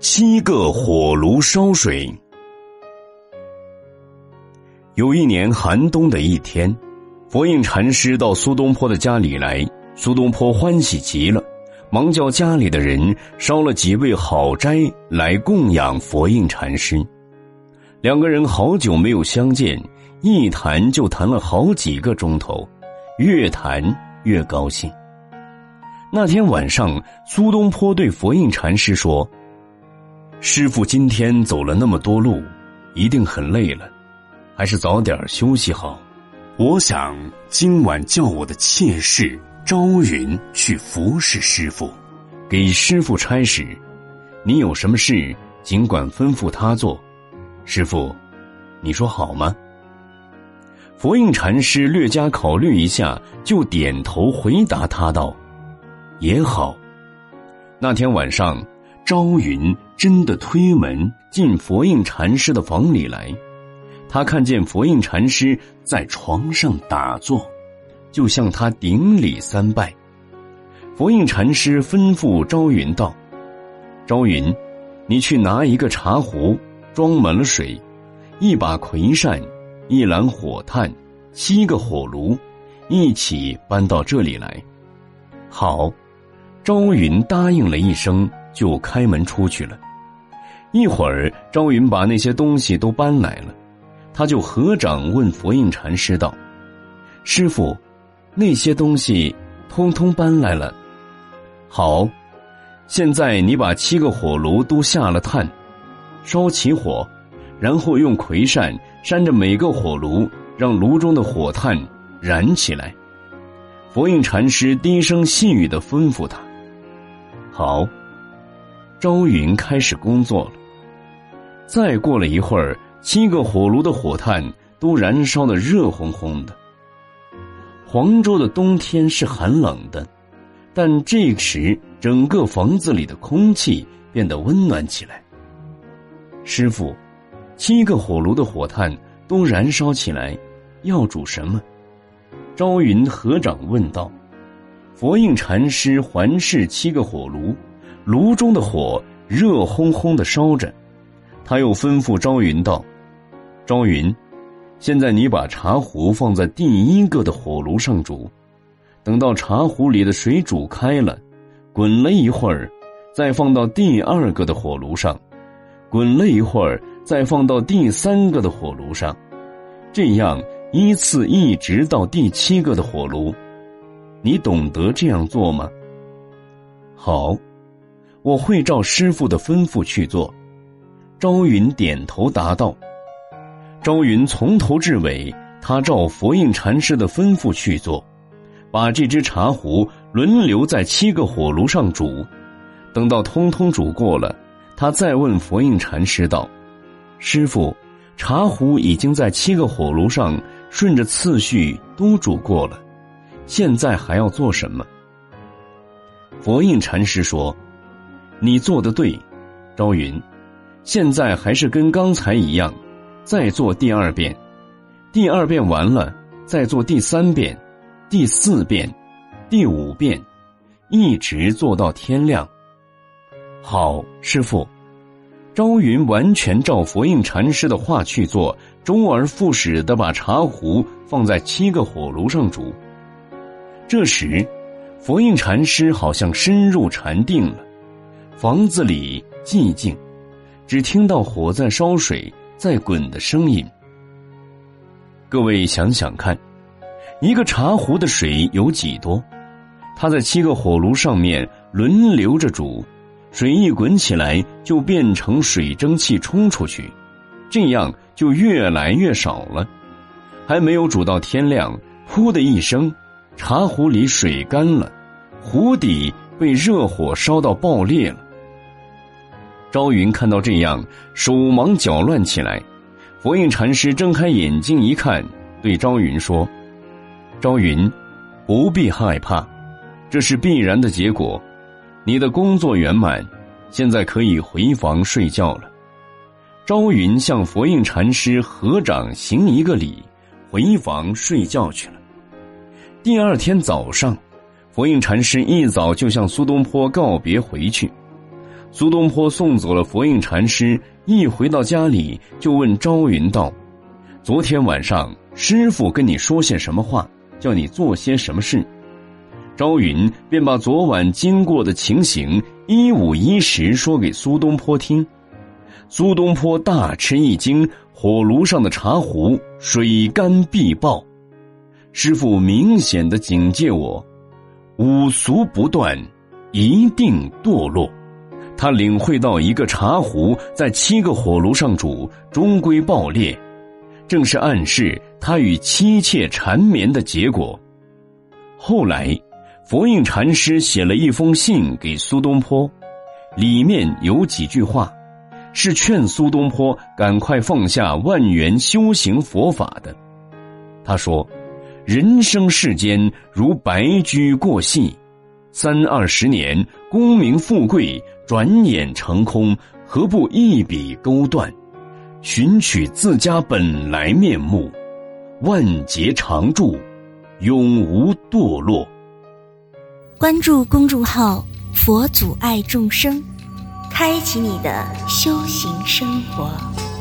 7个火炉烧水。有一年寒冬的一天，佛印禅师到苏东坡的家里来，苏东坡欢喜极了，忙叫家里的人烧了几味好斋来供养佛印禅师。两个人好久没有相见，一谈就谈了好几个钟头，越谈越高兴。那天晚上，苏东坡对佛印禅师说：师父今天走了那么多路，一定很累了，还是早点休息好。我想今晚叫我的妾室朝云去服侍师父，给师父差使，你有什么事尽管吩咐他做。师父，你说好吗？佛印禅师略加考虑一下，就点头回答他道：也好。那天晚上，朝云真的推门进佛印禅师的房里来，他看见佛印禅师在床上打坐，就向他顶礼3拜。佛印禅师吩咐朝云道：朝云，你去拿一个茶壶，装满了水，一把葵扇，一篮火炭，7个火炉，一起搬到这里来。好。朝云答应了一声，就开门出去了。一会儿，朝云把那些东西都搬来了，他就合掌问佛印禅师道：师父，那些东西通通搬来了。好，现在你把7个火炉都下了炭，烧起火，然后用葵扇扇着每个火炉，让炉中的火炭燃起来。佛印禅师低声细语地吩咐他。好，朝云开始工作了。再过了一会儿，7个火炉的火炭都燃烧得热烘烘的。黄州的冬天是寒冷的，但这时整个房子里的空气变得温暖起来。师父，7个火炉的火炭都燃烧起来，要煮什么？朝云合掌问道。佛印禅师环视7个火炉，炉中的火热烘烘地烧着。他又吩咐朝云道：朝云，现在你把茶壶放在第1个的火炉上煮，等到茶壶里的水煮开了，滚了一会儿，再放到第2个的火炉上，滚了一会儿，再放到第3个的火炉上，这样依次一直到第7个的火炉。你懂得这样做吗？好，我会照师父的吩咐去做。朝云点头答道。朝云从头至尾，他照佛印禅师的吩咐去做，把这只茶壶轮流在7个火炉上煮，等到通通煮过了，他再问佛印禅师道：师父，茶壶已经在7个火炉上顺着次序都煮过了，现在还要做什么？佛印禅师说：你做得对，朝云，现在还是跟刚才一样，再做第2遍，第2遍完了，再做第3遍，第4遍，第5遍，一直做到天亮。好，师父。朝云完全照佛印禅师的话去做，周而复始地把茶壶放在7个火炉上煮。这时，佛印禅师好像深入禅定了，房子里寂静，只听到火在烧水，在滚的声音。各位想想看，一个茶壶的水有几多？它在7个火炉上面轮流着煮，水一滚起来就变成水蒸气冲出去，这样就越来越少了。还没有煮到天亮，噗的一声，茶壶里水干了，壶底被热火烧到爆裂了。朝云看到这样，手忙脚乱起来。佛印禅师睁开眼睛一看，对朝云说：朝云，不必害怕，这是必然的结果，你的工作圆满，现在可以回房睡觉了。朝云向佛印禅师合掌行一个礼，回房睡觉去了。第2天早上，佛印禅师一早就向苏东坡告别回去。 苏东坡送走了佛印禅师，一回到家里就问朝云道：昨天晚上师父跟你说些什么话，叫你做些什么事？朝云便把昨晚经过的情形一五一十说给苏东坡听。苏东坡大吃一惊，火炉上的茶壶水干必爆。师父明显地警戒我，五俗不断，一定堕落。他领会到一个茶壶在7个火炉上煮，终归爆裂，正是暗示他与妻妾缠绵的结果。后来佛印禅师写了一封信给苏东坡，里面有几句话是劝苏东坡赶快放下万缘修行佛法的。他说，人生世间如白驹过隙，30-20年功名富贵转眼成空，何不一笔勾断，寻取自家本来面目，万劫常驻，永无堕落。 关注公众号佛祖爱众生，开启你的修行生活。